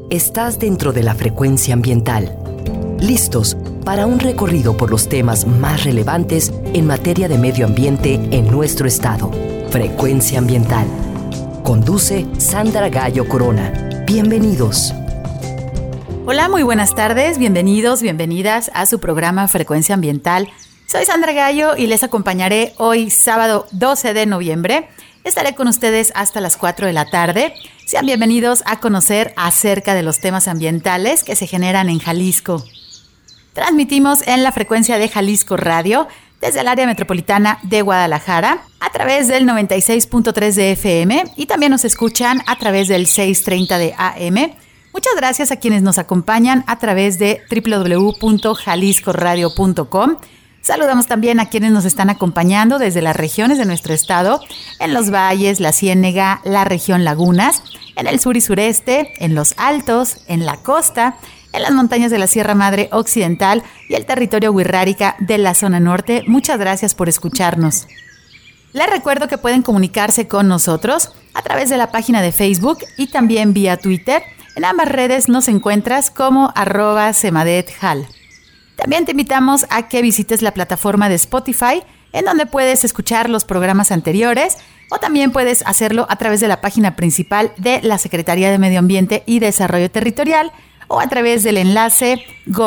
Estás dentro de la frecuencia ambiental. Listos para un recorrido por los temas más relevantes en materia de medio ambiente en nuestro estado. Frecuencia ambiental. Conduce Sandra Gallo Corona. Bienvenidos. Hola, muy buenas tardes. Bienvenidos, bienvenidas a su programa Frecuencia Ambiental. Soy Sandra Gallo y les acompañaré hoy, sábado 12 de noviembre. Estaré con ustedes hasta las 4 de la tarde. Sean bienvenidos a conocer acerca de los temas ambientales que se generan en Jalisco. Transmitimos en la frecuencia de Jalisco Radio desde el área metropolitana de Guadalajara a través del 96.3 de FM y también nos escuchan a través del 630 de AM. Muchas gracias a quienes nos acompañan a través de www.jaliscoradio.com. Saludamos también a quienes nos están acompañando desde las regiones de nuestro estado, en los valles, la Ciénega, la región Lagunas, en el sur y sureste, en los altos, en la costa, en las montañas de la Sierra Madre Occidental y el territorio wixárika de la zona norte. Muchas gracias por escucharnos. Les recuerdo que pueden comunicarse con nosotros a través de la página de Facebook y también vía Twitter. En ambas redes nos encuentras como @semadethal. También te invitamos a que visites la plataforma de Spotify, en donde puedes escuchar los programas anteriores, o también puedes hacerlo a través de la página principal de la Secretaría de Medio Ambiente y Desarrollo Territorial, o a través del enlace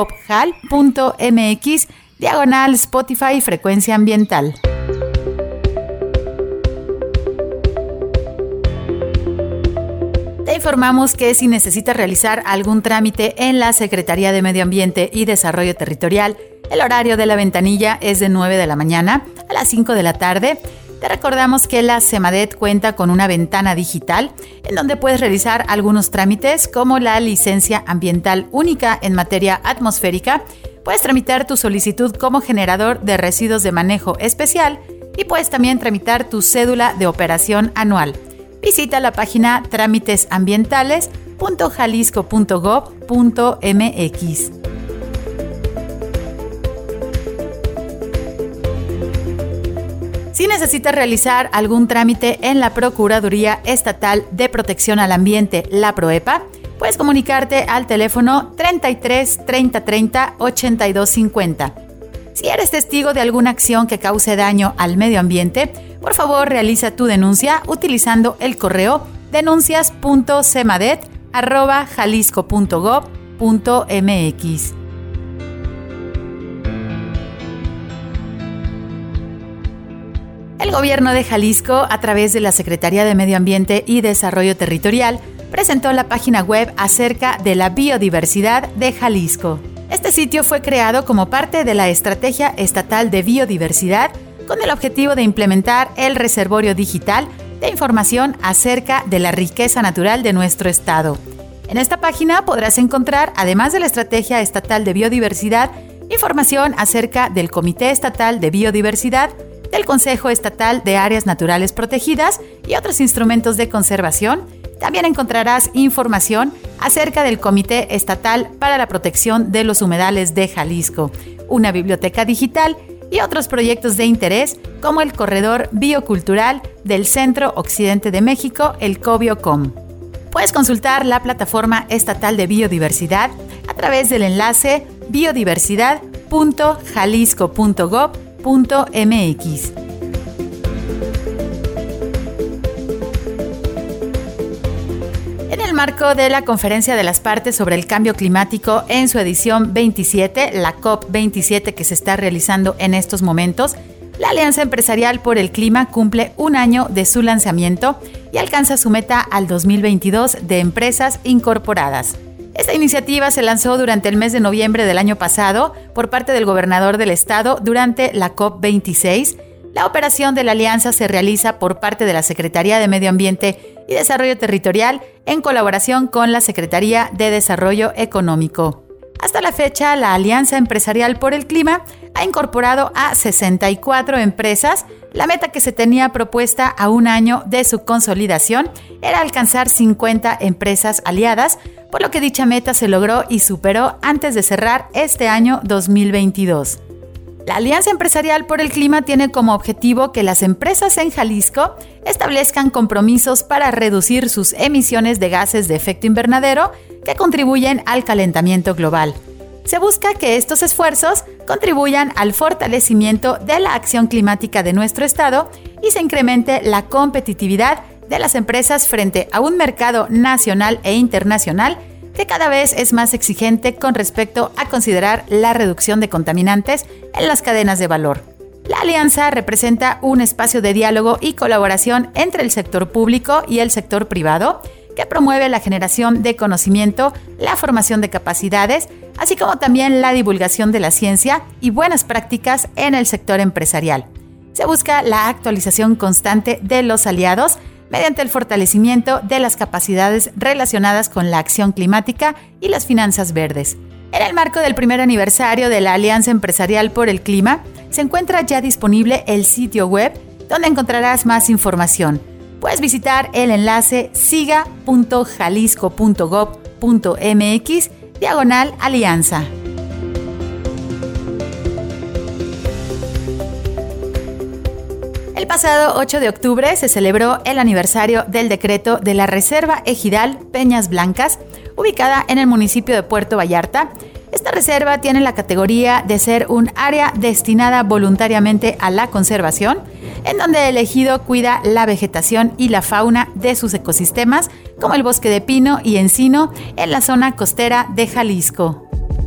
gov.jal.mx/Spotify Frecuencia Ambiental. Te informamos que si necesitas realizar algún trámite en la Secretaría de Medio Ambiente y Desarrollo Territorial, el horario de la ventanilla es de 9 de la mañana a las 5 de la tarde. Te recordamos que la Semadet cuenta con una ventana digital en donde puedes realizar algunos trámites como la licencia ambiental única en materia atmosférica, puedes tramitar tu solicitud como generador de residuos de manejo especial y puedes también tramitar tu cédula de operación anual. Visita la página trámitesambientales.jalisco.gov.mx. Si necesitas realizar algún trámite en la Procuraduría Estatal de Protección al Ambiente, la PROEPA, puedes comunicarte al teléfono 33 30 30 82 50. Si eres testigo de alguna acción que cause daño al medio ambiente, por favor realiza tu denuncia utilizando el correo denuncias.semadet@jalisco.gov.mx. El gobierno de Jalisco, a través de la Secretaría de Medio Ambiente y Desarrollo Territorial, presentó la página web acerca de la biodiversidad de Jalisco. Este sitio fue creado como parte de la Estrategia Estatal de Biodiversidad con el objetivo de implementar el reservorio digital de información acerca de la riqueza natural de nuestro estado. En esta página podrás encontrar, además de la Estrategia Estatal de Biodiversidad, información acerca del Comité Estatal de Biodiversidad, del Consejo Estatal de Áreas Naturales Protegidas y otros instrumentos de conservación. También encontrarás información acerca del Comité Estatal para la Protección de los Humedales de Jalisco, una biblioteca digital y otros proyectos de interés como el Corredor Biocultural del Centro Occidente de México, el COBIOCOM. Puedes consultar la plataforma estatal de biodiversidad a través del enlace biodiversidad.jalisco.gov.mx. En el marco de la Conferencia de las Partes sobre el Cambio Climático en su edición 27, la COP27 que se está realizando en estos momentos, la Alianza Empresarial por el Clima cumple un año de su lanzamiento y alcanza su meta al 2022 de empresas incorporadas. Esta iniciativa se lanzó durante el mes de noviembre del año pasado por parte del gobernador del estado durante la COP26. La operación de la alianza se realiza por parte de la Secretaría de Medio Ambiente y Desarrollo Territorial en colaboración con la Secretaría de Desarrollo Económico. Hasta la fecha, la Alianza Empresarial por el Clima ha incorporado a 64 empresas. La meta que se tenía propuesta a un año de su consolidación era alcanzar 50 empresas aliadas, por lo que dicha meta se logró y superó antes de cerrar este año 2022. La Alianza Empresarial por el Clima tiene como objetivo que las empresas en Jalisco establezcan compromisos para reducir sus emisiones de gases de efecto invernadero que contribuyen al calentamiento global. Se busca que estos esfuerzos contribuyan al fortalecimiento de la acción climática de nuestro estado y se incremente la competitividad de las empresas frente a un mercado nacional e internacional que cada vez es más exigente con respecto a considerar la reducción de contaminantes en las cadenas de valor. La alianza representa un espacio de diálogo y colaboración entre el sector público y el sector privado que promueve la generación de conocimiento, la formación de capacidades, así como también la divulgación de la ciencia y buenas prácticas en el sector empresarial. Se busca la actualización constante de los aliados mediante el fortalecimiento de las capacidades relacionadas con la acción climática y las finanzas verdes. En el marco del primer aniversario de la Alianza Empresarial por el Clima, se encuentra ya disponible el sitio web donde encontrarás más información. Puedes visitar el enlace siga.jalisco.gov.mx/alianza. El pasado 8 de octubre se celebró el aniversario del decreto de la Reserva Ejidal Peñas Blancas, ubicada en el municipio de Puerto Vallarta. Esta reserva tiene la categoría de ser un área destinada voluntariamente a la conservación, en donde el ejido cuida la vegetación y la fauna de sus ecosistemas, como el bosque de pino y encino en la zona costera de Jalisco.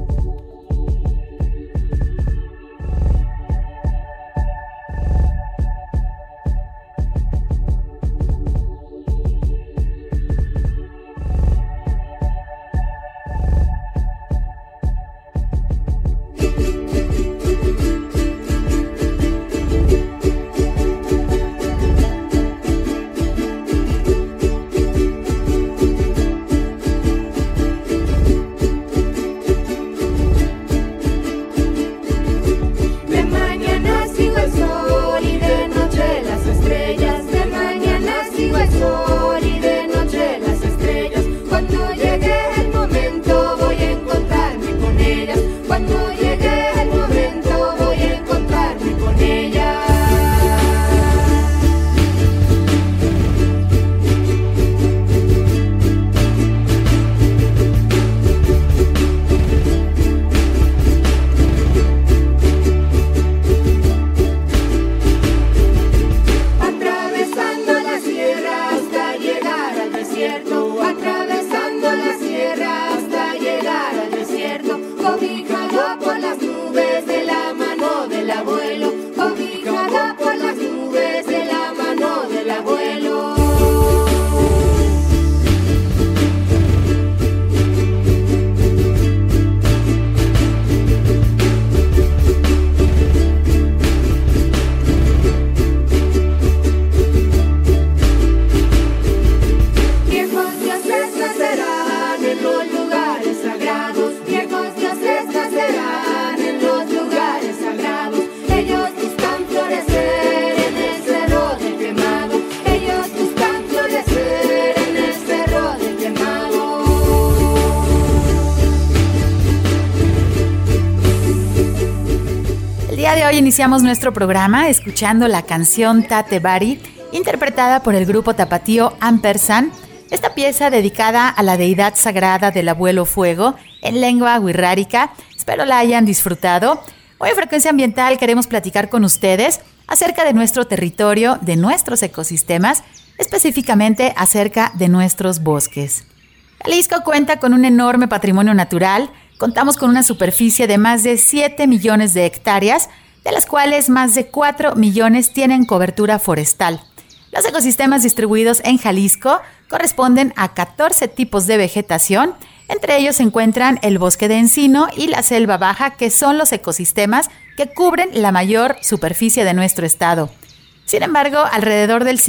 De hoy iniciamos nuestro programa escuchando la canción Tate Bari, interpretada por el grupo tapatío Ampersand. Esta pieza dedicada a la deidad sagrada del abuelo fuego en lengua wixárika. Espero la hayan disfrutado. Hoy en Frecuencia Ambiental queremos platicar con ustedes acerca de nuestro territorio, de nuestros ecosistemas, específicamente acerca de nuestros bosques. Jalisco cuenta con un enorme patrimonio natural. Contamos con una superficie de más de 7 millones de hectáreas, de las cuales más de 4 millones tienen cobertura forestal. Los ecosistemas distribuidos en Jalisco corresponden a 14 tipos de vegetación. Entre ellos se encuentran el bosque de encino y la selva baja, que son los ecosistemas que cubren la mayor superficie de nuestro estado. Sin embargo, alrededor del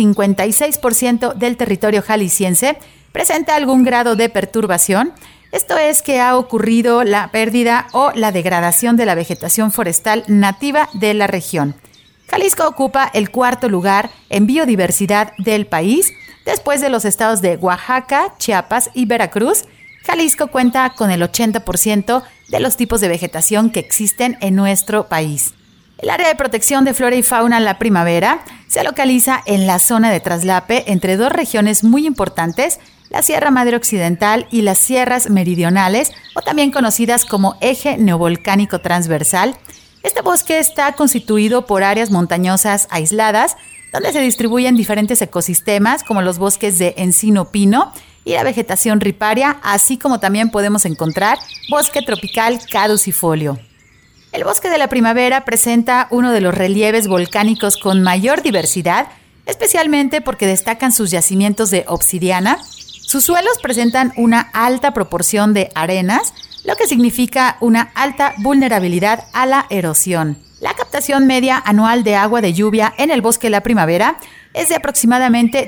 56% del territorio jalisciense presenta algún grado de perturbación. Esto es que ha ocurrido la pérdida o la degradación de la vegetación forestal nativa de la región. Jalisco ocupa el 4º lugar en biodiversidad del país, después de los estados de Oaxaca, Chiapas y Veracruz. Jalisco cuenta con el 80% de los tipos de vegetación que existen en nuestro país. El área de protección de flora y fauna La Primavera se localiza en la zona de traslape entre dos regiones muy importantes, la Sierra Madre Occidental y las sierras meridionales, o también conocidas como eje neovolcánico transversal. Este bosque está constituido por áreas montañosas aisladas, donde se distribuyen diferentes ecosistemas como los bosques de encino-pino y la vegetación riparia, así como también podemos encontrar bosque tropical caducifolio. El bosque de la primavera presenta uno de los relieves volcánicos con mayor diversidad, especialmente porque destacan sus yacimientos de obsidiana. Sus suelos presentan una alta proporción de arenas, lo que significa una alta vulnerabilidad a la erosión. La captación media anual de agua de lluvia en el bosque de la primavera es de aproximadamente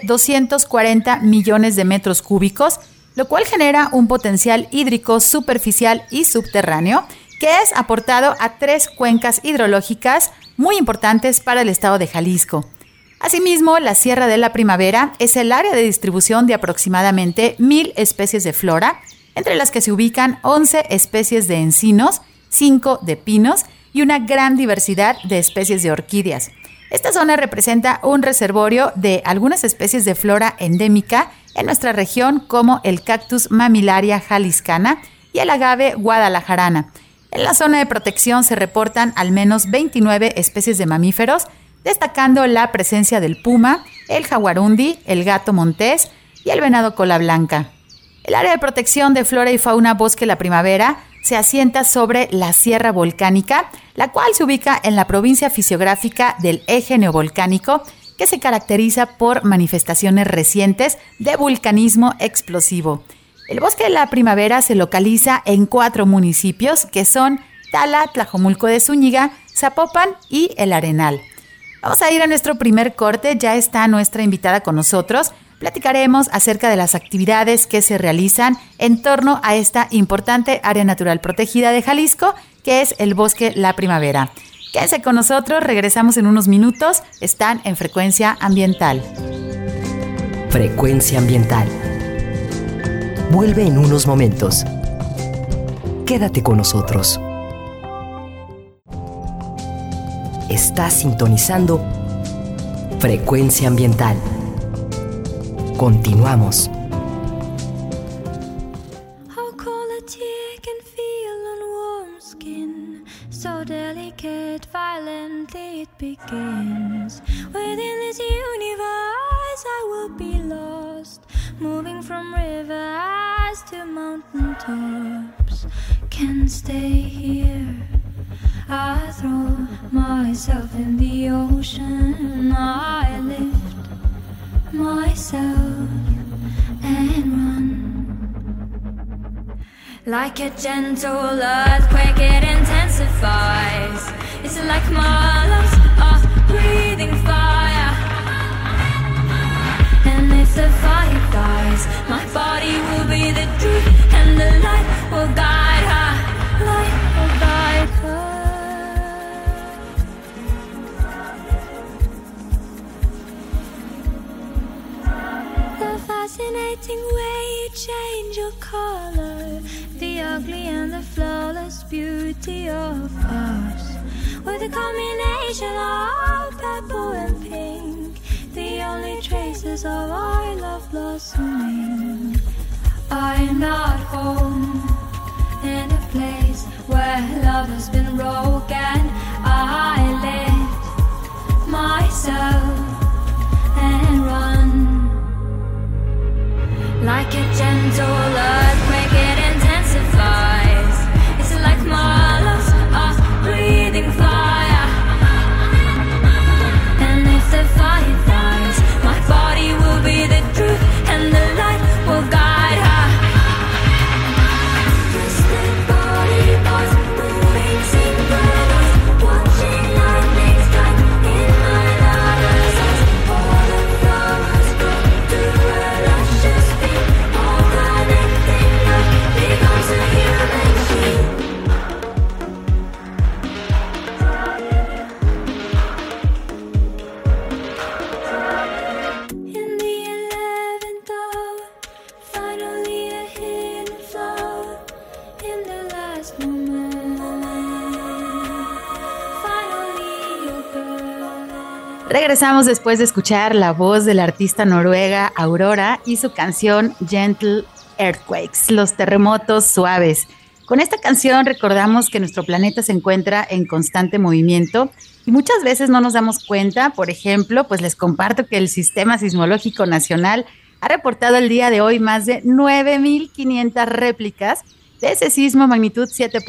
240 millones de metros cúbicos, lo cual genera un potencial hídrico superficial y subterráneo que es aportado a 3 cuencas hidrológicas muy importantes para el estado de Jalisco. Asimismo, la Sierra de la Primavera es el área de distribución de aproximadamente 1,000 especies de flora, entre las que se ubican 11 especies de encinos, 5 de pinos y una gran diversidad de especies de orquídeas. Esta zona representa un reservorio de algunas especies de flora endémica en nuestra región, como el cactus Mammillaria jaliscana y el agave guadalajarana. En la zona de protección se reportan al menos 29 especies de mamíferos, destacando la presencia del puma, el jaguarundi, el gato montés y el venado cola blanca. El área de protección de flora y fauna Bosque La Primavera se asienta sobre la Sierra Volcánica, la cual se ubica en la provincia fisiográfica del eje neovolcánico, que se caracteriza por manifestaciones recientes de vulcanismo explosivo. El Bosque de la Primavera se localiza en 4 municipios, que son Tala, Tlajomulco de Zúñiga, Zapopan y El Arenal. Vamos a ir a nuestro primer corte, ya está nuestra invitada con nosotros. Platicaremos acerca de las actividades que se realizan en torno a esta importante área natural protegida de Jalisco, que es el Bosque La Primavera. Quédense con nosotros, regresamos en unos minutos, están en Frecuencia Ambiental. Frecuencia Ambiental. Vuelve en unos momentos. Quédate con nosotros. Estás sintonizando Frecuencia Ambiental. Continuamos. How cold a tear can feel on warm skin, so delicate, violently it begins. Within this universe I will be lost, moving from rivers to mountain tops. Can't stay here, I throw myself in the ocean, I lift myself and run. Like a gentle earthquake it intensifies. It's like my lungs are breathing fire. And if the fire dies, my body will be the truth, and the light will guide her. Light will guide her. Fascinating way you change your color, the ugly and the flawless beauty of us, with a combination of purple and pink, the only traces of our love blossoming. I'm not home in a place where love has been broken. I lift myself and run. Like a gentle earthquake it intensifies. It's like my lungs are breathing fire. And if the fire dies, my body will be the truth, and the light will guide her. Twisted body parts, moving synchronous, watching lightning strike in my lover's eyes. All the flowers grow to a luscious pink, all connected Regresamos después de escuchar la voz de la artista noruega Aurora y su canción Gentle Earthquakes, los terremotos suaves. Con esta canción recordamos que nuestro planeta se encuentra en constante movimiento y muchas veces no nos damos cuenta. Por ejemplo, pues les comparto que el Sistema Sismológico Nacional ha reportado el día de hoy más de 9,500 réplicas de ese sismo magnitud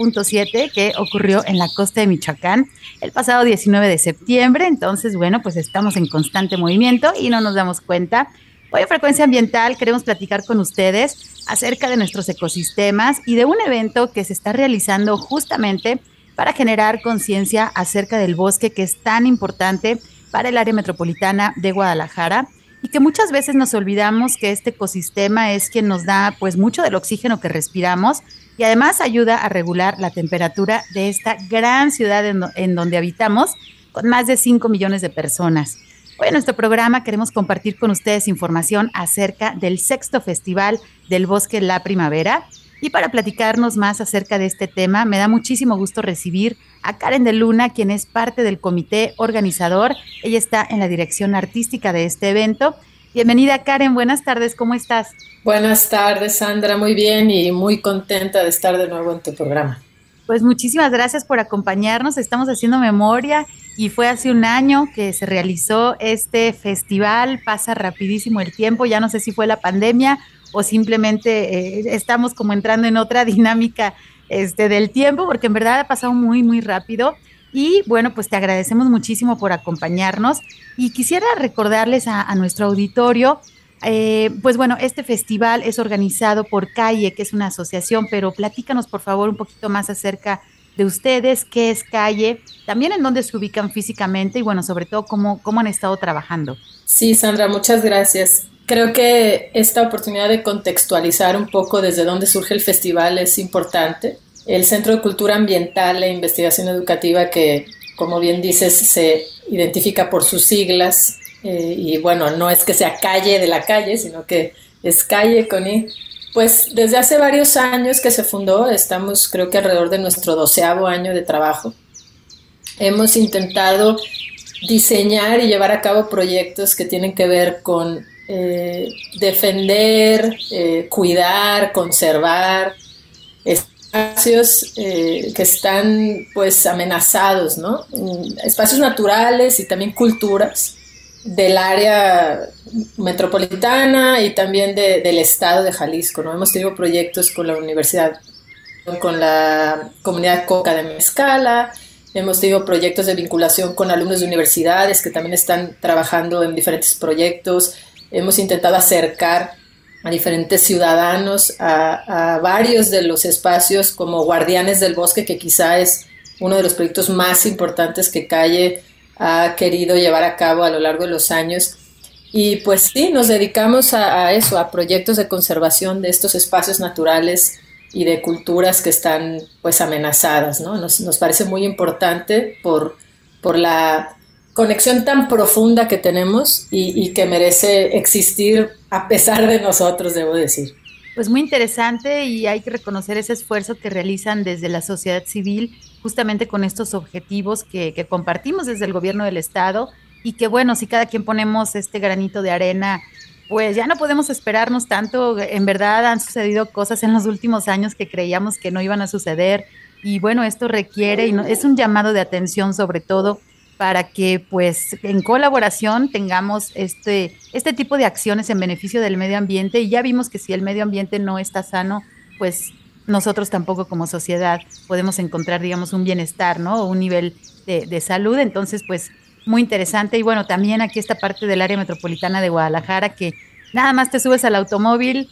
7.7 que ocurrió en la costa de Michoacán el pasado 19 de septiembre. Entonces, bueno, pues estamos en constante movimiento y no nos damos cuenta. Hoy en Frecuencia Ambiental queremos platicar con ustedes acerca de nuestros ecosistemas y de un evento que se está realizando justamente para generar conciencia acerca del bosque, que es tan importante para el área metropolitana de Guadalajara y que muchas veces nos olvidamos que este ecosistema es quien nos da pues mucho del oxígeno que respiramos y además ayuda a regular la temperatura de esta gran ciudad en donde habitamos, con más de 5 millones de personas. Hoy en nuestro programa queremos compartir con ustedes información acerca del 6º Festival del Bosque La Primavera. Y para platicarnos más acerca de este tema, me da muchísimo gusto recibir a Karen de Luna, quien es parte del comité organizador. Ella está en la dirección artística de este evento. Bienvenida, Karen, buenas tardes, ¿cómo estás? Buenas tardes, Sandra, muy bien y muy contenta de estar de nuevo en tu programa. Pues muchísimas gracias por acompañarnos, estamos haciendo memoria y fue hace un año que se realizó este festival, pasa rapidísimo el tiempo, ya no sé si fue la pandemia o simplemente estamos como entrando en otra dinámica del tiempo, porque en verdad ha pasado muy, muy rápido. Y bueno, pues te agradecemos muchísimo por acompañarnos y quisiera recordarles a nuestro auditorio, pues bueno, este festival es organizado por Calle, que es una asociación, pero platícanos por favor un poquito más acerca de ustedes, qué es Calle, también en dónde se ubican físicamente y bueno, sobre todo cómo han estado trabajando. Sí, Sandra, muchas gracias. Creo que esta oportunidad de contextualizar un poco desde dónde surge el festival es importante. El Centro de Cultura Ambiental e Investigación Educativa, que como bien dices se identifica por sus siglas, y bueno, no es que sea Calle de la calle, sino que es Calle con I. Pues desde hace varios años que se fundó, estamos creo que alrededor de nuestro 12º año de trabajo. Hemos intentado diseñar y llevar a cabo proyectos que tienen que ver con defender, cuidar, conservar espacios que están pues amenazados, ¿no? Espacios naturales y también culturas del área metropolitana y también del estado de Jalisco, ¿no? Hemos tenido proyectos con la universidad, con la comunidad Coca de Mezcala, hemos tenido proyectos de vinculación con alumnos de universidades que también están trabajando en diferentes proyectos. Hemos intentado acercar a diferentes ciudadanos a varios de los espacios como Guardianes del Bosque, que quizá es uno de los proyectos más importantes que Calle ha querido llevar a cabo a lo largo de los años. Y pues sí, nos dedicamos a eso, a proyectos de conservación de estos espacios naturales y de culturas que están pues amenazadas, ¿no? Nos parece muy importante por la conexión tan profunda que tenemos y que merece existir a pesar de nosotros, debo decir. Pues muy interesante y hay que reconocer ese esfuerzo que realizan desde la sociedad civil justamente con estos objetivos que compartimos desde el gobierno del estado y que bueno, si cada quien ponemos este granito de arena, pues ya no podemos esperarnos tanto. En verdad han sucedido cosas en los últimos años que creíamos que no iban a suceder y bueno, esto requiere y es un llamado de atención sobre todo para que pues en colaboración tengamos este tipo de acciones en beneficio del medio ambiente y ya vimos que si el medio ambiente no está sano, pues nosotros tampoco como sociedad podemos encontrar, digamos, un bienestar, ¿no? O un nivel de salud. Entonces, pues muy interesante. Y bueno, también aquí esta parte del área metropolitana de Guadalajara que nada más te subes al automóvil,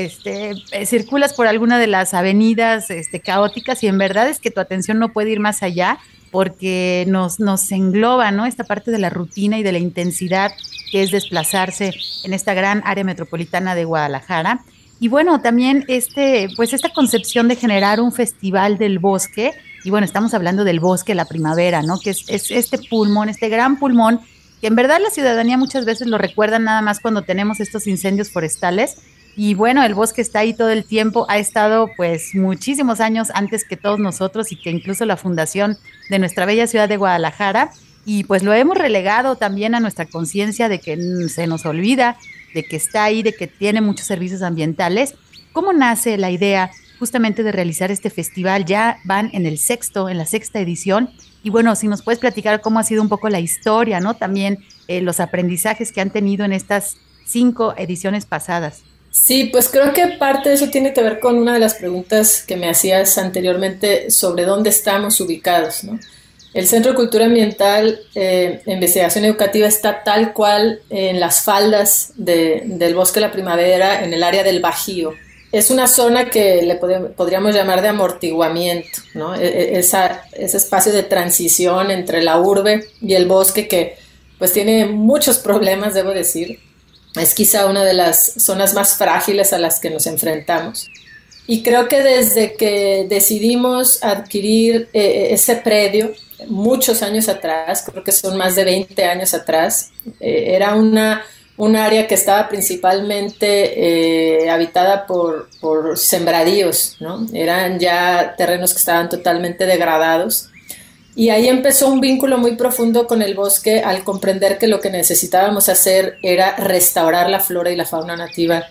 circulas por alguna de las avenidas caóticas y en verdad es que tu atención no puede ir más allá porque nos engloba, ¿no? Esta parte de la rutina y de la intensidad que es desplazarse en esta gran área metropolitana de Guadalajara. Y bueno, también pues esta concepción de generar un festival del bosque, y bueno, estamos hablando del bosque La Primavera, ¿no? Que es este pulmón, este gran pulmón, que en verdad la ciudadanía muchas veces lo recuerda nada más cuando tenemos estos incendios forestales. Y bueno, el bosque está ahí todo el tiempo, ha estado pues muchísimos años antes que todos nosotros y que incluso la fundación de nuestra bella ciudad de Guadalajara. y pues lo hemos relegado también a nuestra conciencia de que se nos olvida, de que está ahí, de que tiene muchos servicios ambientales. ¿Cómo nace la idea justamente de realizar este festival? Ya van en la sexta edición. Y bueno, si nos puedes platicar cómo ha sido un poco la historia, ¿no? También los aprendizajes que han tenido en estas 5 ediciones pasadas. Sí, pues creo que parte de eso tiene que ver con una de las preguntas que me hacías anteriormente sobre dónde estamos ubicados, ¿no? El Centro de Cultura Ambiental de Investigación Educativa está tal cual en las faldas del Bosque de la Primavera, en el área del Bajío. Es una zona que podríamos llamar de amortiguamiento, ¿no? Ese espacio de transición entre la urbe y el bosque que pues tiene muchos problemas, debo decir. Es quizá una de las zonas más frágiles a las que nos enfrentamos. Y creo que desde que decidimos adquirir ese predio, muchos años atrás, creo que son más de 20 años atrás, era un área que estaba principalmente habitada por sembradíos, ¿no? Eran ya terrenos que estaban totalmente degradados. Y ahí empezó un vínculo muy profundo con el bosque al comprender que lo que necesitábamos hacer era restaurar la flora y la fauna nativa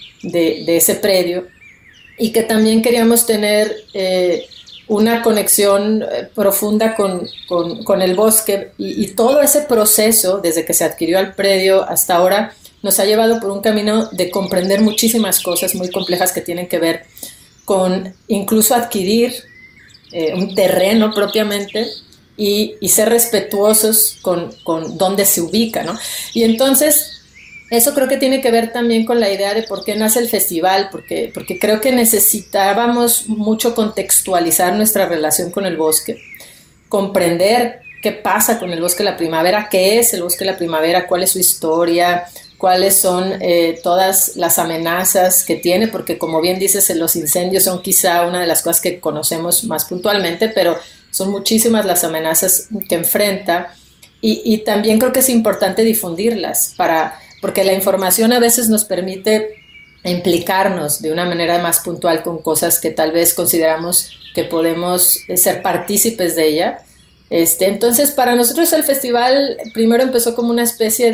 de ese predio y que también queríamos tener una conexión profunda con el bosque y todo ese proceso, desde que se adquirió el predio hasta ahora, nos ha llevado por un camino de comprender muchísimas cosas muy complejas que tienen que ver con incluso adquirir un terreno propiamente y ser respetuosos con dónde se ubica, ¿no? Y entonces eso creo que tiene que ver también con la idea de por qué nace el festival, porque creo que necesitábamos mucho contextualizar nuestra relación con el bosque, comprender qué pasa con el Bosque de la Primavera, qué es el Bosque de la Primavera, cuál es su historia, cuáles son todas las amenazas que tiene, porque como bien dices, los incendios son quizá una de las cosas que conocemos más puntualmente, pero son muchísimas las amenazas que enfrenta y también creo que es importante difundirlas porque la información a veces nos permite implicarnos de una manera más puntual con cosas que tal vez consideramos que podemos ser partícipes de ella. Entonces, para nosotros el festival primero empezó como una especie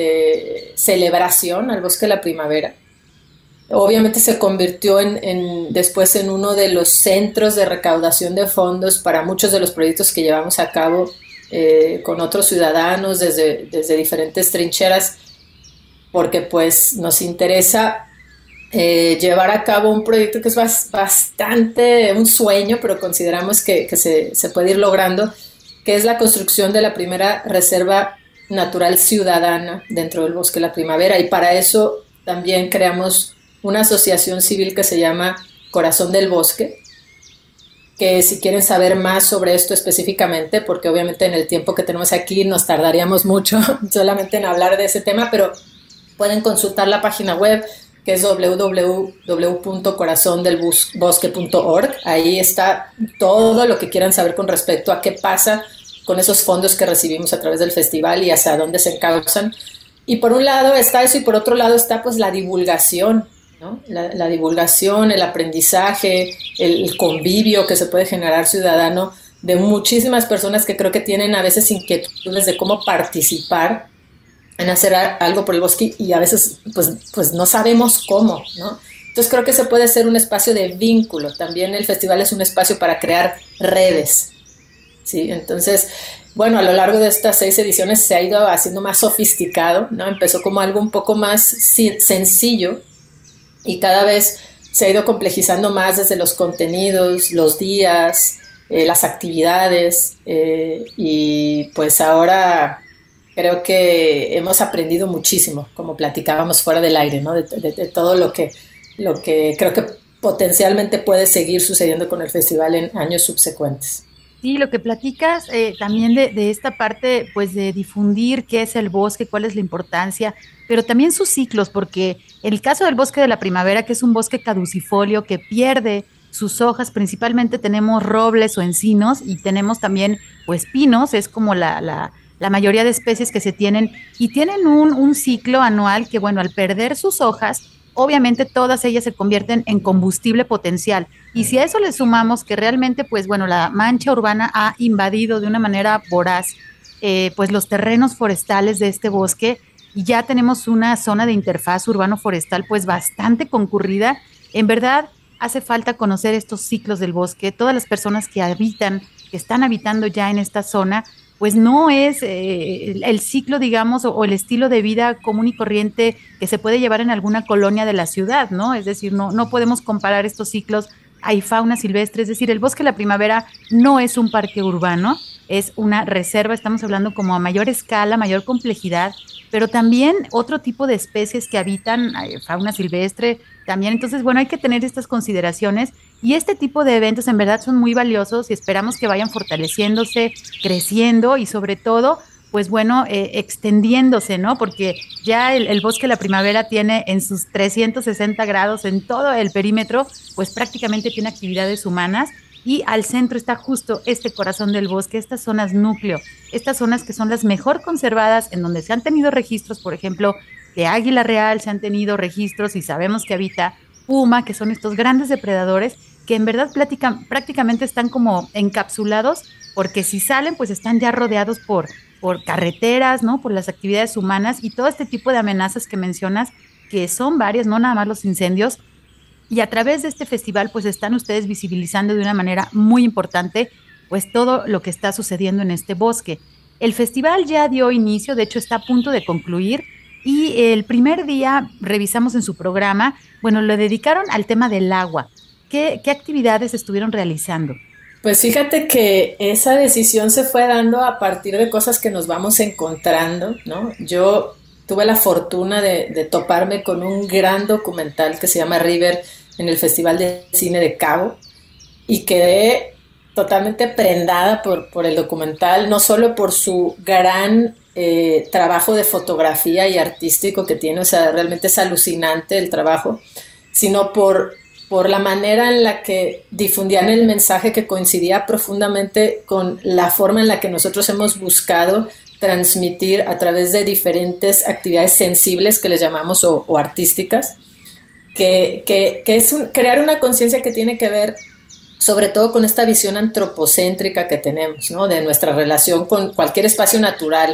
de celebración al Bosque de la Primavera. Obviamente se convirtió después en uno de los centros de recaudación de fondos para muchos de los proyectos que llevamos a cabo con otros ciudadanos desde diferentes trincheras, porque pues nos interesa llevar a cabo un proyecto que es bastante un sueño, pero consideramos que se puede ir logrando, que es la construcción de la primera reserva natural ciudadana dentro del Bosque de la Primavera, y para eso también creamos una asociación civil que se llama Corazón del Bosque, que si quieren saber más sobre esto específicamente, porque obviamente en el tiempo que tenemos aquí nos tardaríamos mucho solamente en hablar de ese tema, pero pueden consultar la página web, que es www.corazondelbosque.org. Ahí está todo lo que quieran saber con respecto a qué pasa con esos fondos que recibimos a través del festival y hacia dónde se encausan. Y por un lado está eso y por otro lado está pues la divulgación, ¿no? La divulgación, el aprendizaje, el convivio que se puede generar ciudadano de muchísimas personas que creo que tienen a veces inquietudes de cómo participar en hacer algo por el bosque y a veces pues no sabemos cómo, ¿no? Entonces creo que se puede ser un espacio de vínculo. También el festival es un espacio para crear redes, ¿sí? Entonces, bueno, a lo largo de estas 6 ediciones se ha ido haciendo más sofisticado, ¿no? Empezó como algo un poco más sencillo y cada vez se ha ido complejizando más desde los contenidos, los días, las actividades y pues ahora creo que hemos aprendido muchísimo, como platicábamos fuera del aire, ¿no? De todo lo que creo que potencialmente puede seguir sucediendo con el festival en años subsecuentes. Sí, lo que platicas también de esta parte, pues de difundir qué es el bosque, cuál es la importancia, pero también sus ciclos, porque en el caso del Bosque de la Primavera, que es un bosque caducifolio que pierde sus hojas, principalmente tenemos robles o encinos y tenemos también pues pinos, es como la mayoría de especies que se tienen y tienen un ciclo anual que, bueno, al perder sus hojas, obviamente todas ellas se convierten en combustible potencial. Y si a eso le sumamos que realmente, pues bueno, la mancha urbana ha invadido de una manera voraz pues los terrenos forestales de este bosque y ya tenemos una zona de interfaz urbano-forestal pues bastante concurrida. En verdad hace falta conocer estos ciclos del bosque. Todas las personas que están habitando ya en esta zona, pues no es el ciclo, digamos, o el estilo de vida común y corriente que se puede llevar en alguna colonia de la ciudad, ¿no? Es decir, no podemos comparar estos ciclos. Hay fauna silvestre, es decir, el Bosque de la Primavera no es un parque urbano, es una reserva, estamos hablando como a mayor escala, mayor complejidad, pero también otro tipo de especies que habitan, fauna silvestre también. Entonces, bueno, hay que tener estas consideraciones y este tipo de eventos en verdad son muy valiosos y esperamos que vayan fortaleciéndose, creciendo y sobre todo, pues bueno, extendiéndose, ¿no? Porque ya el Bosque de la Primavera tiene en sus 360 grados en todo el perímetro, pues prácticamente tiene actividades humanas y al centro está justo este corazón del bosque, estas zonas núcleo, estas zonas que son las mejor conservadas, en donde se han tenido registros, por ejemplo, de águila real, se han tenido registros y sabemos que habita puma, que son estos grandes depredadores que en verdad prácticamente están como encapsulados, porque si salen, pues están ya rodeados por carreteras, ¿no? Por las actividades humanas y todo este tipo de amenazas que mencionas, que son varias, no nada más los incendios. Y a través de este festival, pues están ustedes visibilizando de una manera muy importante, pues todo lo que está sucediendo en este bosque. El festival ya dio inicio, de hecho está a punto de concluir, y el primer día revisamos en su programa, bueno, lo dedicaron al tema del agua. ¿Qué actividades estuvieron realizando? Pues fíjate que esa decisión se fue dando a partir de cosas que nos vamos encontrando, ¿no? Yo tuve la fortuna de toparme con un gran documental que se llama River en el Festival de Cine de Cabo y quedé totalmente prendada por el documental, no solo por su gran trabajo de fotografía y artístico que tiene, o sea, realmente es alucinante el trabajo, sino por la manera en la que difundían el mensaje que coincidía profundamente con la forma en la que nosotros hemos buscado transmitir a través de diferentes actividades sensibles que les llamamos o artísticas, que es crear una conciencia que tiene que ver sobre todo con esta visión antropocéntrica que tenemos, ¿no? De nuestra relación con cualquier espacio natural.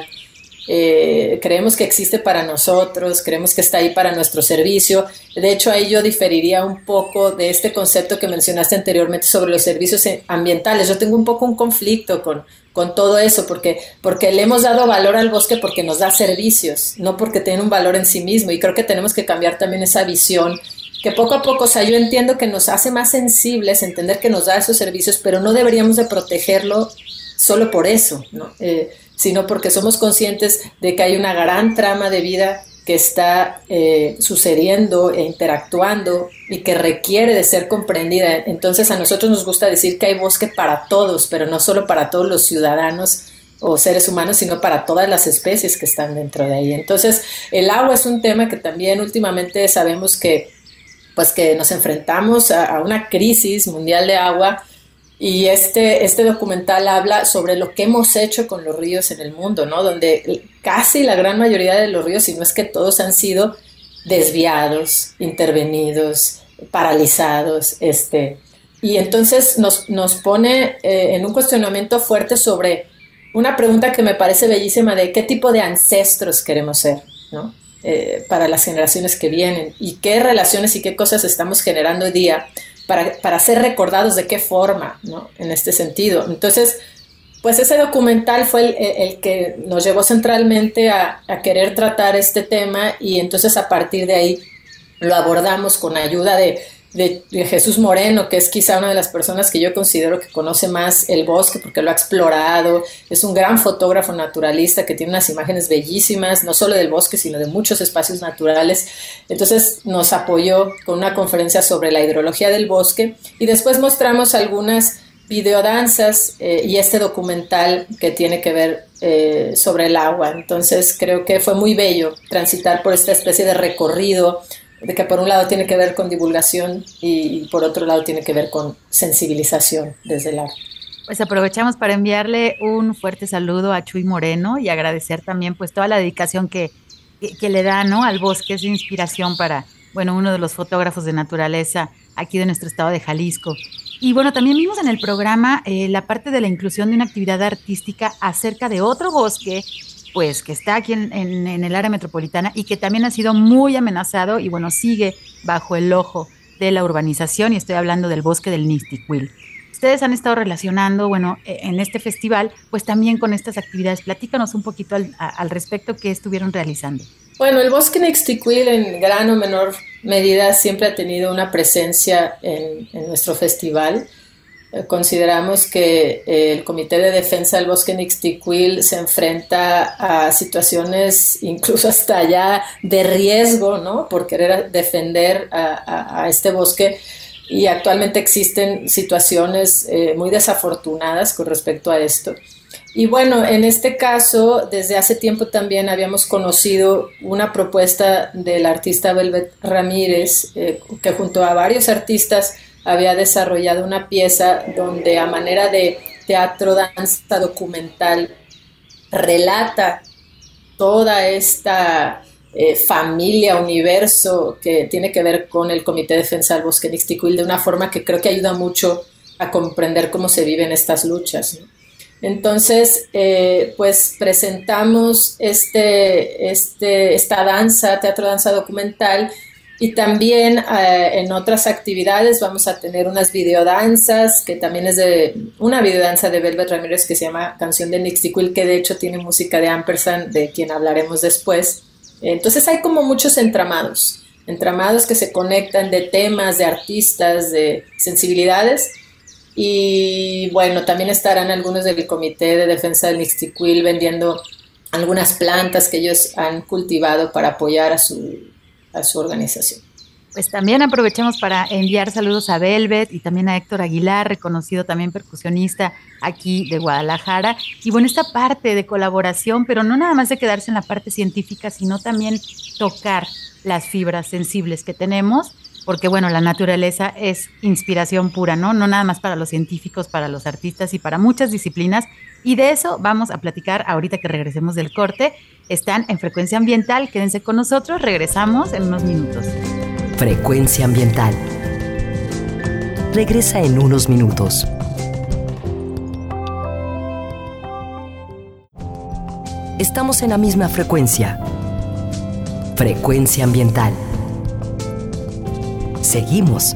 Creemos que existe para nosotros, creemos que está ahí para nuestro servicio. De hecho, ahí yo diferiría un poco de este concepto que mencionaste anteriormente sobre los servicios ambientales. Yo tengo un poco un conflicto con todo eso, porque le hemos dado valor al bosque porque nos da servicios, no porque tiene un valor en sí mismo, y creo que tenemos que cambiar también esa visión, que poco a poco, o sea, yo entiendo que nos hace más sensibles, entender que nos da esos servicios, pero no deberíamos de protegerlo solo por eso, ¿no? Sino porque somos conscientes de que hay una gran trama de vida que está sucediendo e interactuando y que requiere de ser comprendida. Entonces a nosotros nos gusta decir que hay bosque para todos, pero no solo para todos los ciudadanos o seres humanos, sino para todas las especies que están dentro de ahí. Entonces el agua es un tema que también últimamente sabemos que nos enfrentamos a una crisis mundial de agua. Y este documental habla sobre lo que hemos hecho con los ríos en el mundo, ¿no? Donde casi la gran mayoría de los ríos, si no es que todos, han sido desviados, intervenidos, paralizados. Y entonces nos pone en un cuestionamiento fuerte sobre una pregunta que me parece bellísima de qué tipo de ancestros queremos ser, ¿no? Para las generaciones que vienen y qué relaciones y qué cosas estamos generando hoy día para ser recordados de qué forma, ¿no? En este sentido. Entonces, pues ese documental fue el que nos llevó centralmente a querer tratar este tema, y entonces a partir de ahí lo abordamos con ayuda de Jesús Moreno, que es quizá una de las personas que yo considero que conoce más el bosque porque lo ha explorado. Es un gran fotógrafo naturalista que tiene unas imágenes bellísimas, no solo del bosque, sino de muchos espacios naturales. Entonces nos apoyó con una conferencia sobre la hidrología del bosque, y después mostramos algunas videodanzas y este documental que tiene que ver sobre el agua. Entonces creo que fue muy bello transitar por esta especie de recorrido de que por un lado tiene que ver con divulgación y por otro lado tiene que ver con sensibilización desde el arte. Pues aprovechamos para enviarle un fuerte saludo a Chuy Moreno y agradecer también pues toda la dedicación que le da, ¿no?, al bosque. Es inspiración para, bueno, uno de los fotógrafos de naturaleza aquí de nuestro estado de Jalisco. Y bueno, también vimos en el programa la parte de la inclusión de una actividad artística acerca de otro bosque, pues que está aquí en el área metropolitana y que también ha sido muy amenazado y bueno, sigue bajo el ojo de la urbanización, y estoy hablando del bosque del Nistiquil. Ustedes han estado relacionando, bueno, en este festival, pues también con estas actividades. Platícanos un poquito al respecto, qué estuvieron realizando. Bueno, el bosque Nixtiquil en gran o menor medida siempre ha tenido una presencia en nuestro festival. Consideramos que el Comité de Defensa del Bosque Nixtiquil se enfrenta a situaciones incluso hasta allá de riesgo, ¿no? Por querer defender a este bosque, y actualmente existen situaciones muy desafortunadas con respecto a esto. Y bueno, en este caso, desde hace tiempo también habíamos conocido una propuesta del artista Velvet Ramírez, que junto a varios artistas había desarrollado una pieza donde a manera de teatro, danza documental, relata toda esta familia, universo que tiene que ver con el Comité de Defensa del Bosque Nixtiquil de una forma que creo que ayuda mucho a comprender cómo se viven estas luchas, ¿no? Entonces, pues presentamos esta danza, teatro-danza documental, y también en otras actividades vamos a tener unas videodanzas, que también es de una videodanza de Velvet Ramírez que se llama Canción de Nixtiquil, que de hecho tiene música de Ampersand, de quien hablaremos después. Entonces hay como muchos entramados que se conectan de temas, de artistas, de sensibilidades. Y bueno, también estarán algunos del Comité de Defensa del Nixtiquil vendiendo algunas plantas que ellos han cultivado para apoyar a su organización. Pues también aprovechamos para enviar saludos a Velvet y también a Héctor Aguilar, reconocido también percusionista aquí de Guadalajara. Y bueno, esta parte de colaboración, pero no nada más de quedarse en la parte científica, sino también tocar las fibras sensibles que tenemos, porque bueno, la naturaleza es inspiración pura, ¿no? No nada más para los científicos, para los artistas y para muchas disciplinas. Y de eso vamos a platicar ahorita que regresemos del corte. Están en Frecuencia Ambiental, quédense con nosotros, regresamos en unos minutos. Frecuencia Ambiental. Regresa en unos minutos. Estamos en la misma frecuencia. Frecuencia Ambiental. Seguimos.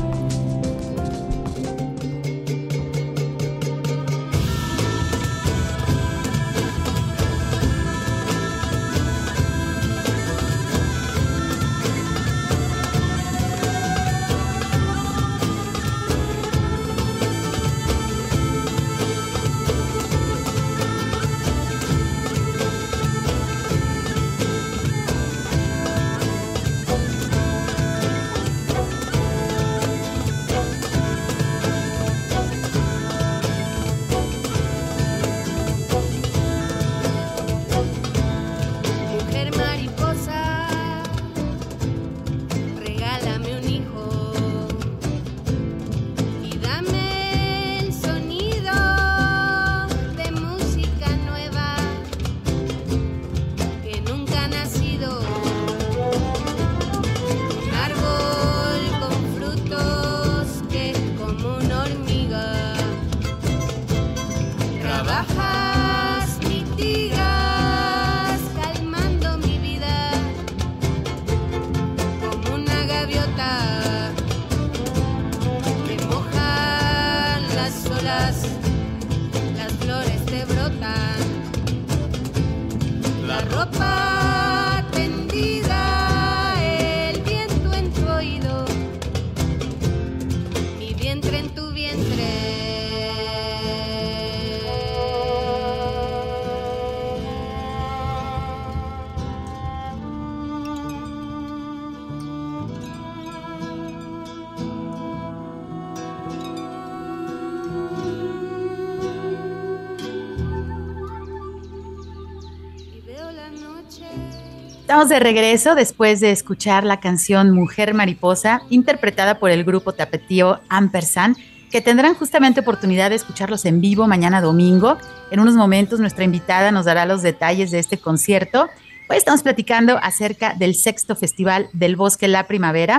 Estamos de regreso después de escuchar la canción Mujer Mariposa, interpretada por el grupo tapatío Ampersand, que tendrán justamente oportunidad de escucharlos en vivo mañana domingo. En unos momentos nuestra invitada nos dará los detalles de este concierto. Hoy estamos platicando acerca del 6º Festival del Bosque La Primavera.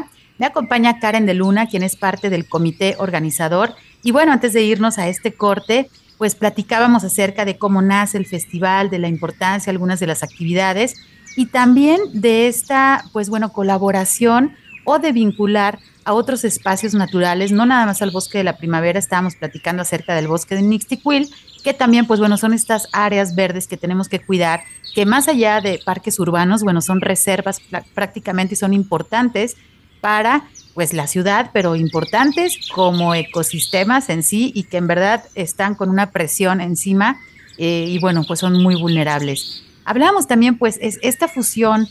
Me acompaña Karen de Luna, quien es parte del comité organizador. Y bueno, antes de irnos a este corte, pues platicábamos acerca de cómo nace el festival, de la importancia, algunas de las actividades y también de esta, pues bueno, colaboración o de vincular a otros espacios naturales, no nada más al Bosque de la Primavera. Estábamos platicando acerca del Bosque de Mixtiquil, que también, pues bueno, son estas áreas verdes que tenemos que cuidar, que más allá de parques urbanos, bueno, son reservas prácticamente y son importantes para pues la ciudad, pero importantes como ecosistemas en sí y que en verdad están con una presión encima y bueno, pues son muy vulnerables. Hablamos también pues es esta fusión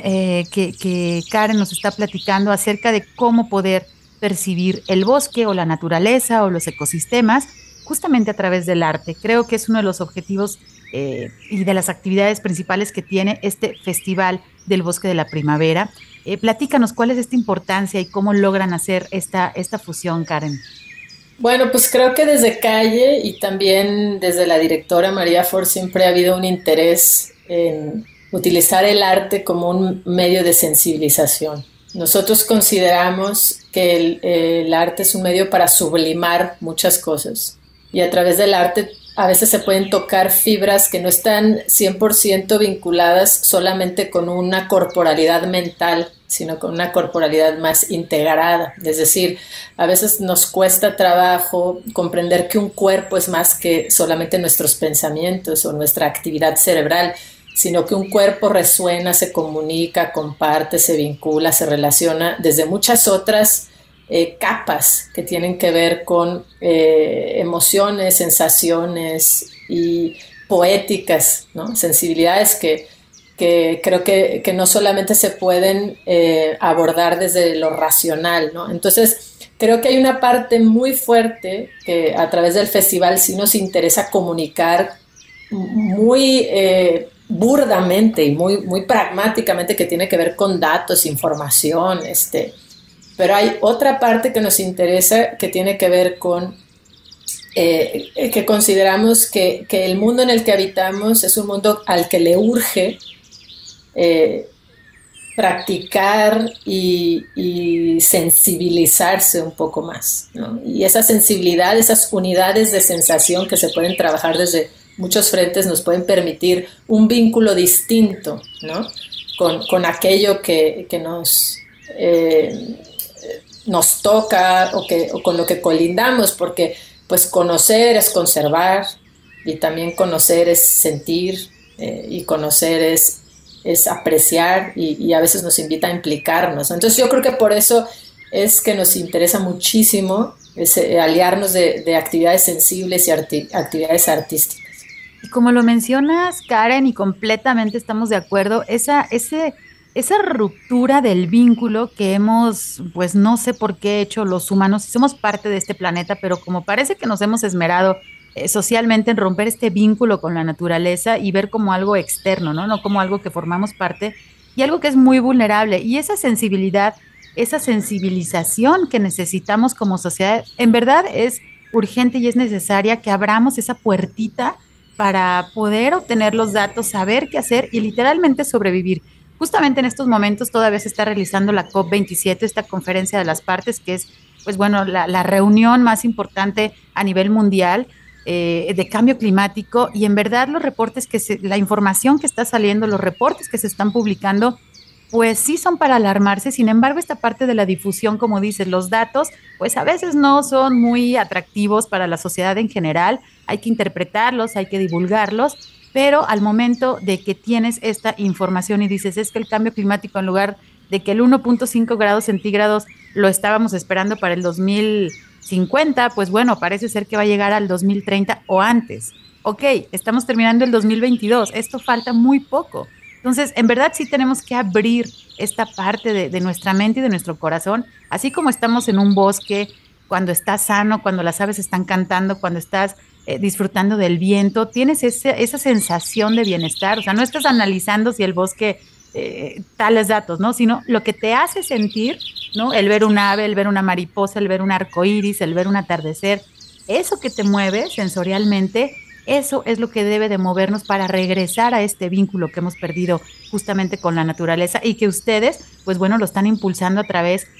que Karen nos está platicando acerca de cómo poder percibir el bosque o la naturaleza o los ecosistemas justamente a través del arte. Creo que es uno de los objetivos y de las actividades principales que tiene este Festival del Bosque de la Primavera. Platícanos cuál es esta importancia y cómo logran hacer esta fusión, Karen. Bueno, pues creo que desde Calle y también desde la directora María Ford siempre ha habido un interés en utilizar el arte como un medio de sensibilización. Nosotros consideramos que el arte es un medio para sublimar muchas cosas y a través del arte a veces se pueden tocar fibras que no están 100% vinculadas solamente con una corporalidad mental, sino con una corporalidad más integrada. Es decir, a veces nos cuesta trabajo comprender que un cuerpo es más que solamente nuestros pensamientos o nuestra actividad cerebral, sino que un cuerpo resuena, se comunica, comparte, se vincula, se relaciona desde muchas otras capas que tienen que ver con emociones, sensaciones y poéticas, ¿no? Sensibilidades que creo que no solamente se pueden abordar desde lo racional, ¿no? Entonces, creo que hay una parte muy fuerte que a través del festival sí nos interesa comunicar muy burdamente y muy pragmáticamente, que tiene que ver con datos, información, pero hay otra parte que nos interesa que tiene que ver con que consideramos que el mundo en el que habitamos es un mundo al que le urge practicar y sensibilizarse un poco más, ¿no? Y esa sensibilidad, esas unidades de sensación que se pueden trabajar desde muchos frentes nos pueden permitir un vínculo distinto, ¿no? con aquello que nos toca o con lo que colindamos, porque pues conocer es conservar y también conocer es sentir y conocer es apreciar y a veces nos invita a implicarnos. Entonces yo creo que por eso es que nos interesa muchísimo aliarnos de actividades sensibles y actividades artísticas. Y como lo mencionas, Karen, y completamente estamos de acuerdo, esa ruptura del vínculo que hemos, pues no sé por qué hecho los humanos, somos parte de este planeta, pero como parece que nos hemos esmerado socialmente en romper este vínculo con la naturaleza y ver como algo externo, ¿no? No como algo que formamos parte y algo que es muy vulnerable. Y esa sensibilidad, esa sensibilización que necesitamos como sociedad, en verdad es urgente y es necesaria que abramos esa puertita para poder obtener los datos, saber qué hacer y literalmente sobrevivir. Justamente en estos momentos todavía se está realizando la COP27, esta conferencia de las partes, que es, pues bueno, la reunión más importante a nivel mundial de cambio climático, y en verdad los reportes la información que está saliendo, los reportes que se están publicando, pues sí son para alarmarse. Sin embargo, esta parte de la difusión, como dices, los datos, pues a veces no son muy atractivos para la sociedad en general. Hay que interpretarlos, hay que divulgarlos, pero al momento de que tienes esta información y dices, es que el cambio climático, en lugar de que el 1.5 grados centígrados lo estábamos esperando para el 2050, pues bueno, parece ser que va a llegar al 2030 o antes. Ok, estamos terminando el 2022, esto falta muy poco. Entonces, en verdad sí tenemos que abrir esta parte de nuestra mente y de nuestro corazón, así como estamos en un bosque, cuando estás sano, cuando las aves están cantando, cuando estás disfrutando del viento, tienes esa sensación de bienestar. O sea, no estás analizando si el bosque tales datos, ¿no? Sino lo que te hace sentir, ¿no? El ver un ave, el ver una mariposa, el ver un arco iris, el ver un atardecer, eso que te mueve sensorialmente. Eso es lo que debe de movernos para regresar a este vínculo que hemos perdido justamente con la naturaleza y que ustedes, pues bueno, lo están impulsando a través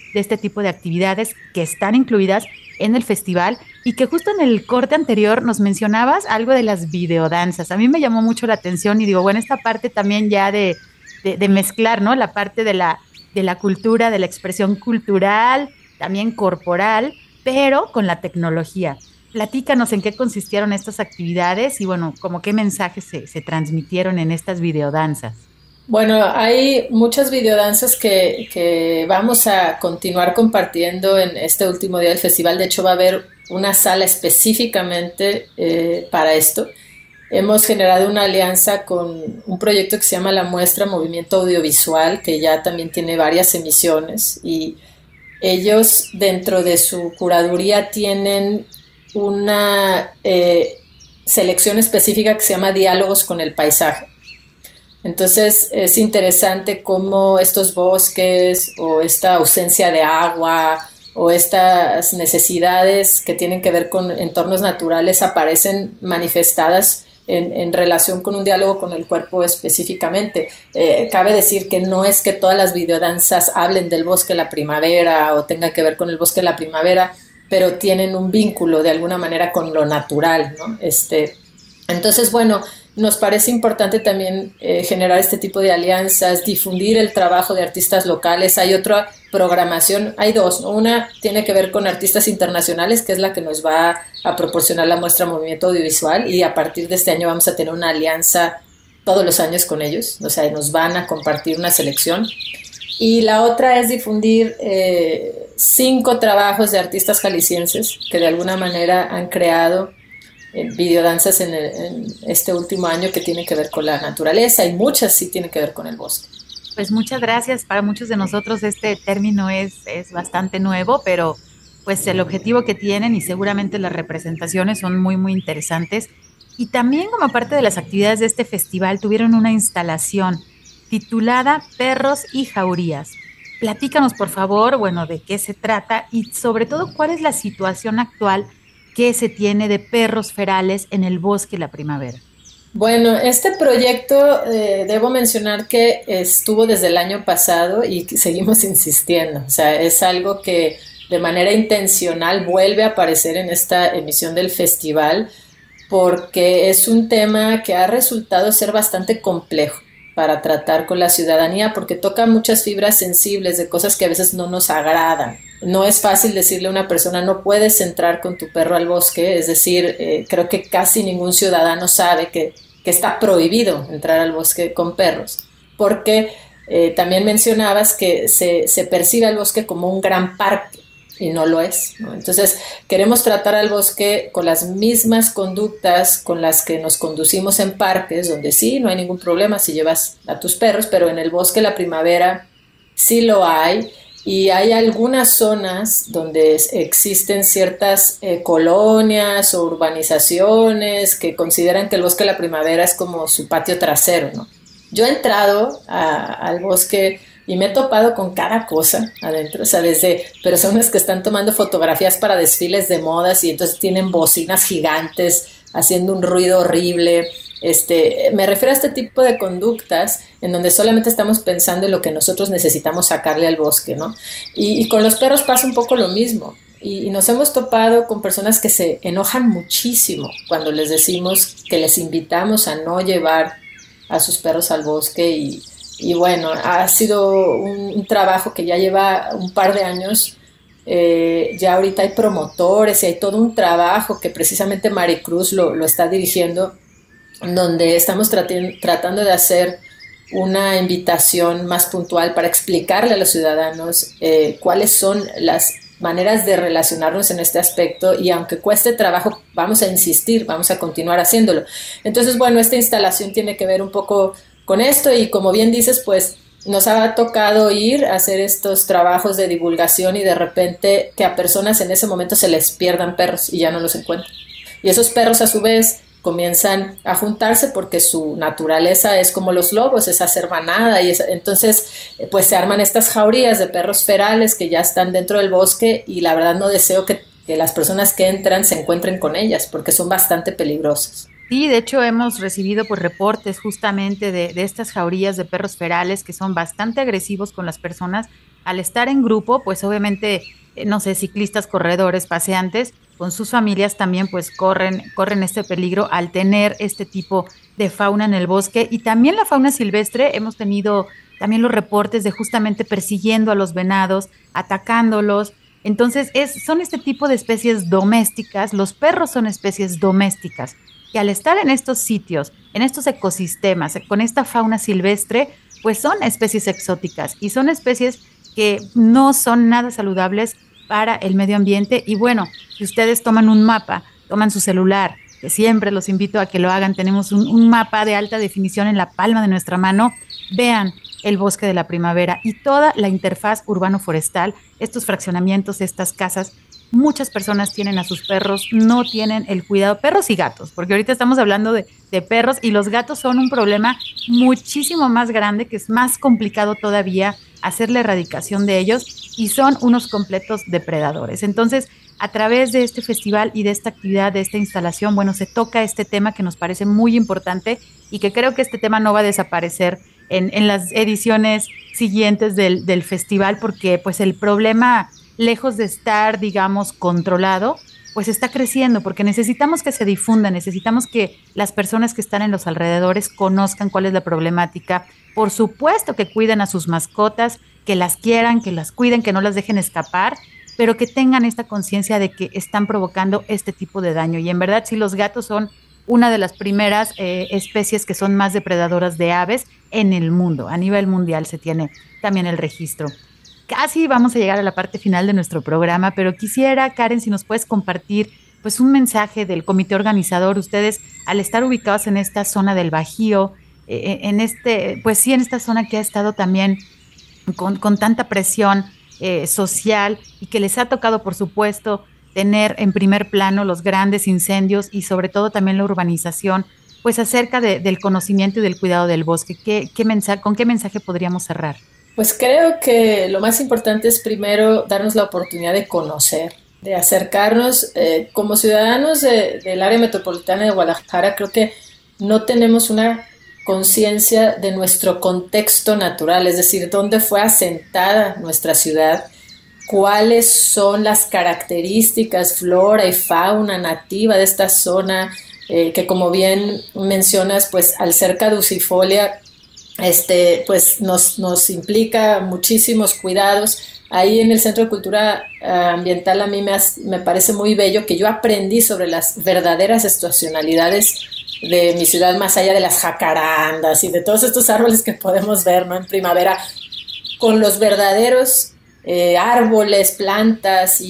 de este tipo de actividades que están incluidas en el festival y que justo en el corte anterior nos mencionabas algo de las videodanzas. A mí me llamó mucho la atención y digo, bueno, esta parte también ya de mezclar, ¿no? La parte de la cultura, de la expresión cultural, también corporal, pero con la tecnología. Platícanos en qué consistieron estas actividades y, bueno, como qué mensajes se transmitieron en estas videodanzas. Bueno, hay muchas videodanzas que vamos a continuar compartiendo en este último día del festival. De hecho, va a haber una sala específicamente para esto. Hemos generado una alianza con un proyecto que se llama La Muestra Movimiento Audiovisual, que ya también tiene varias emisiones, y ellos dentro de su curaduría tienen una selección específica que se llama Diálogos con el Paisaje. Entonces es interesante cómo estos bosques o esta ausencia de agua o estas necesidades que tienen que ver con entornos naturales aparecen manifestadas en relación con un diálogo con el cuerpo específicamente. Cabe decir que no es que todas las videodanzas hablen del bosque de la primavera o tengan que ver con el bosque de la primavera, pero tienen un vínculo de alguna manera con lo natural, ¿no? Entonces, bueno, nos parece importante también generar este tipo de alianzas, difundir el trabajo de artistas locales. Hay otra programación, hay dos, ¿no? Una tiene que ver con artistas internacionales, que es la que nos va a proporcionar la muestra Movimiento Audiovisual, y a partir de este año vamos a tener una alianza todos los años con ellos, o sea, nos van a compartir una selección. Y la otra es difundir 5 trabajos de artistas jaliscienses que de alguna manera han creado videodanzas en este último año que tienen que ver con la naturaleza, y muchas sí tienen que ver con el bosque. Pues muchas gracias. Para muchos de nosotros este término es bastante nuevo, pero pues el objetivo que tienen y seguramente las representaciones son muy, muy interesantes. Y también como parte de las actividades de este festival tuvieron una instalación titulada Perros y Jaurías. Platícanos, por favor, bueno, de qué se trata y sobre todo cuál es la situación actual que se tiene de perros ferales en el bosque la primavera. Bueno, este proyecto debo mencionar que estuvo desde el año pasado y seguimos insistiendo. O sea, es algo que de manera intencional vuelve a aparecer en esta emisión del festival porque es un tema que ha resultado ser bastante complejo para tratar con la ciudadanía porque toca muchas fibras sensibles de cosas que a veces no nos agradan. No es fácil decirle a una persona no puedes entrar con tu perro al bosque, es decir, creo que casi ningún ciudadano sabe que está prohibido entrar al bosque con perros, porque también mencionabas que se percibe al bosque como un gran parque y no lo es, ¿no? Entonces queremos tratar al bosque con las mismas conductas con las que nos conducimos en parques, donde sí, no hay ningún problema si llevas a tus perros, pero en el bosque la primavera sí lo hay. Y hay algunas zonas donde existen ciertas colonias o urbanizaciones que consideran que el bosque de la primavera es como su patio trasero, ¿no? Yo he entrado al bosque y me he topado con cada cosa adentro, o sea, desde personas que están tomando fotografías para desfiles de modas y entonces tienen bocinas gigantes haciendo un ruido horrible. Me refiero a este tipo de conductas en donde solamente estamos pensando en lo que nosotros necesitamos sacarle al bosque, ¿no? Y con los perros pasa un poco lo mismo. Y nos hemos topado con personas que se enojan muchísimo cuando les decimos que les invitamos a no llevar a sus perros al bosque. Y bueno, ha sido un trabajo que ya lleva un par de años. Ya ahorita hay promotores y hay todo un trabajo que precisamente Maricruz lo está dirigiendo, donde estamos tratando de hacer una invitación más puntual para explicarle a los ciudadanos cuáles son las maneras de relacionarnos en este aspecto, y aunque cueste trabajo, vamos a insistir, vamos a continuar haciéndolo. Entonces, bueno, esta instalación tiene que ver un poco con esto y como bien dices, pues nos ha tocado ir a hacer estos trabajos de divulgación y de repente que a personas en ese momento se les pierdan perros y ya no los encuentran. Y esos perros a su vez comienzan a juntarse porque su naturaleza es como los lobos, es hacer manada, y entonces pues se arman estas jaurías de perros ferales que ya están dentro del bosque, y la verdad no deseo que las personas que entran se encuentren con ellas porque son bastante peligrosas. Sí, de hecho hemos recibido pues reportes justamente de estas jaurías de perros ferales que son bastante agresivos con las personas. al estar en grupo, pues obviamente, no sé, ciclistas, corredores, paseantes, con sus familias también pues corren este peligro al tener este tipo de fauna en el bosque. Y también la fauna silvestre, hemos tenido también los reportes de justamente persiguiendo a los venados, atacándolos. Entonces son este tipo de especies domésticas, los perros son especies domésticas, que al estar en estos sitios, en estos ecosistemas, con esta fauna silvestre, pues son especies exóticas y son especies que no son nada saludables para el medio ambiente. Y bueno, si ustedes toman un mapa, toman su celular, que siempre los invito a que lo hagan, tenemos un mapa de alta definición en la palma de nuestra mano, vean el bosque de la primavera y toda la interfaz urbano-forestal, estos fraccionamientos, estas casas. Muchas personas tienen a sus perros, no tienen el cuidado, perros y gatos, porque ahorita estamos hablando de perros, y los gatos son un problema muchísimo más grande, que es más complicado todavía hacer la erradicación de ellos, y son unos completos depredadores. Entonces, a través de este festival y de esta actividad, de esta instalación, bueno, se toca este tema que nos parece muy importante y que creo que este tema no va a desaparecer en las ediciones siguientes del festival, porque pues el problema, lejos de estar, digamos, controlado, pues está creciendo, porque necesitamos que se difunda, necesitamos que las personas que están en los alrededores conozcan cuál es la problemática. Por supuesto que cuiden a sus mascotas, que las quieran, que las cuiden, que no las dejen escapar, pero que tengan esta conciencia de que están provocando este tipo de daño. Y en verdad, sí, los gatos son una de las primeras especies que son más depredadoras de aves en el mundo. A nivel mundial se tiene también el registro. Casi vamos a llegar a la parte final de nuestro programa, pero quisiera, Karen, si nos puedes compartir pues un mensaje del comité organizador. Ustedes, al estar ubicados en esta zona del Bajío, en esta zona que ha estado también con tanta presión social, y que les ha tocado, por supuesto, tener en primer plano los grandes incendios y sobre todo también la urbanización, pues acerca del conocimiento y del cuidado del bosque. ¿Con qué mensaje podríamos cerrar? Pues creo que lo más importante es primero darnos la oportunidad de conocer, de acercarnos. Como ciudadanos del área metropolitana de Guadalajara, creo que no tenemos una conciencia de nuestro contexto natural, es decir, dónde fue asentada nuestra ciudad, cuáles son las características, flora y fauna nativa de esta zona, que como bien mencionas, pues al ser caducifolia, pues nos implica muchísimos cuidados. Ahí en el Centro de Cultura Ambiental a mí me parece muy bello que yo aprendí sobre las verdaderas estacionalidades de mi ciudad, más allá de las jacarandas y de todos estos árboles que podemos ver, ¿no?, en primavera, con los verdaderos árboles, plantas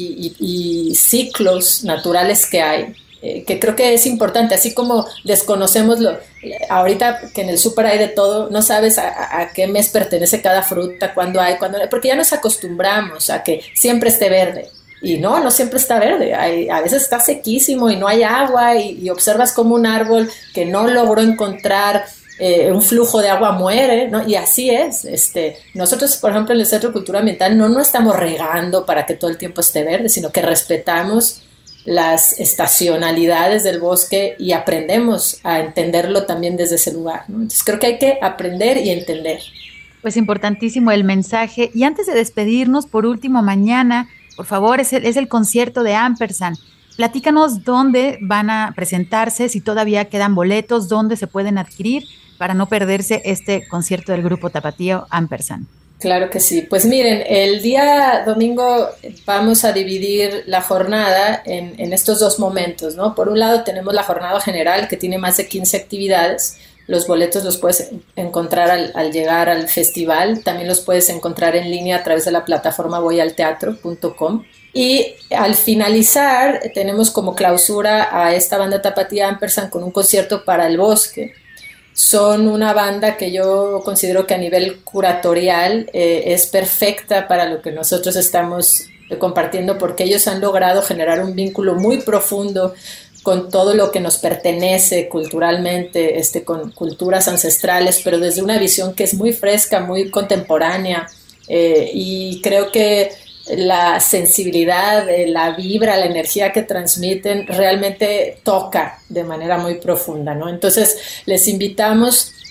y ciclos naturales que hay, que creo que es importante. Así como desconocemos ahorita que en el súper hay de todo, no sabes a qué mes pertenece cada fruta, cuándo hay, porque ya nos acostumbramos a que siempre esté verde. Y no siempre está verde, a veces está sequísimo y no hay agua, y observas como un árbol que no logró encontrar un flujo de agua muere, ¿no? Y así es. Nosotros, por ejemplo, en el Centro de Cultura Ambiental no estamos regando para que todo el tiempo esté verde, sino que respetamos las estacionalidades del bosque y aprendemos a entenderlo también desde ese lugar, ¿no? Entonces creo que hay que aprender y entender. Pues importantísimo el mensaje. Y antes de despedirnos, por último, mañana, por favor, es el concierto de Ampersand. Platícanos dónde van a presentarse, si todavía quedan boletos, dónde se pueden adquirir para no perderse este concierto del grupo tapatío Ampersand. Claro que sí. Pues miren, el día domingo vamos a dividir la jornada en estos dos momentos, ¿no? Por un lado tenemos la jornada general, que tiene más de 15 actividades. Los boletos los puedes encontrar al llegar al festival. También los puedes encontrar en línea a través de la plataforma voyalteatro.com. Y al finalizar tenemos como clausura a esta banda tapatía Ampersand con un concierto para el bosque. Son una banda que yo considero que a nivel curatorial es perfecta para lo que nosotros estamos compartiendo, porque ellos han logrado generar un vínculo muy profundo con todo lo que nos pertenece culturalmente, con culturas ancestrales, pero desde una visión que es muy fresca, muy contemporánea, y creo que la sensibilidad, la vibra, la energía que transmiten realmente toca de manera muy profunda, ¿no? Entonces les invitamos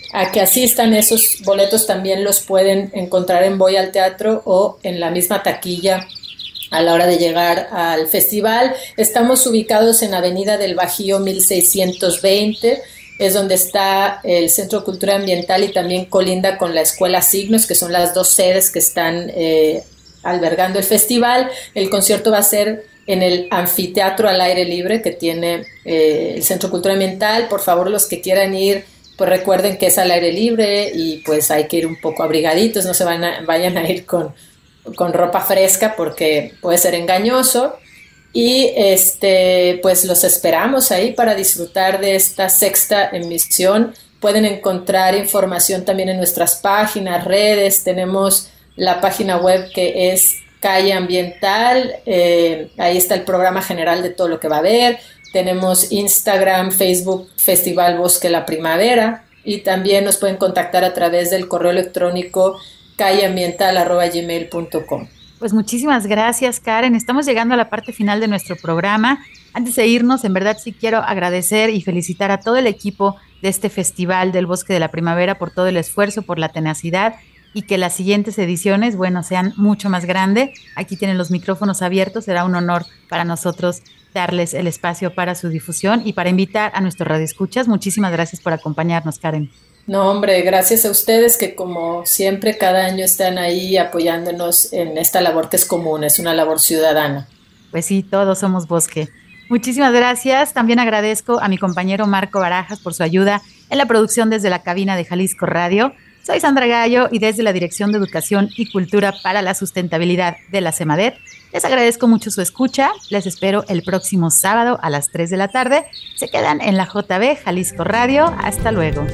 a que asistan. Esos boletos también los pueden encontrar en Voy al Teatro o en la misma taquilla a la hora de llegar al festival. Estamos ubicados en Avenida del Bajío 1620, es donde está el Centro de Cultura Ambiental y también colinda con la Escuela Signos, que son las dos sedes que están albergando el festival. El concierto va a ser en el anfiteatro al aire libre que tiene el Centro de Cultura Ambiental. Por favor, los que quieran ir, pues recuerden que es al aire libre y pues hay que ir un poco abrigaditos, no se vayan a ir con ropa fresca porque puede ser engañoso. Y pues los esperamos ahí para disfrutar de esta sexta emisión. Pueden encontrar información también en nuestras páginas, redes. Tenemos la página web que es Calle Ambiental, ahí está el programa general de todo lo que va a haber. Tenemos Instagram, Facebook, Festival Bosque La Primavera, y también nos pueden contactar a través del correo electrónico calleambiental@gmail.com. Pues muchísimas gracias, Karen. Estamos llegando a la parte final de nuestro programa. Antes de irnos, en verdad sí quiero agradecer y felicitar a todo el equipo de este Festival del Bosque de la Primavera por todo el esfuerzo, por la tenacidad, y que las siguientes ediciones, bueno, sean mucho más grandes. Aquí tienen los micrófonos abiertos. Será un honor para nosotros darles el espacio para su difusión y para invitar a nuestros radioescuchas. Muchísimas gracias por acompañarnos, Karen. No, hombre, gracias a ustedes que como siempre cada año están ahí apoyándonos en esta labor que es común, es una labor ciudadana. Pues sí, todos somos bosque. Muchísimas gracias. También agradezco a mi compañero Marco Barajas por su ayuda en la producción desde la cabina de Jalisco Radio. Soy Sandra Gallo y desde la Dirección de Educación y Cultura para la Sustentabilidad de la CEMADET, les agradezco mucho su escucha. Les espero el próximo sábado a las 3 de la tarde. Se quedan en la JB Jalisco Radio. Hasta luego.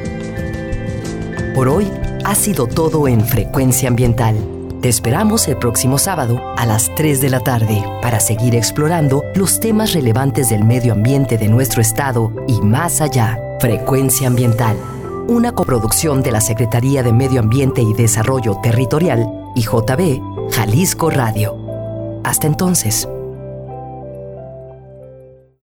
Por hoy ha sido todo en Frecuencia Ambiental. Te esperamos el próximo sábado a las 3 de la tarde para seguir explorando los temas relevantes del medio ambiente de nuestro estado y más allá. Frecuencia Ambiental, una coproducción de la Secretaría de Medio Ambiente y Desarrollo Territorial y JB Jalisco Radio. Hasta entonces.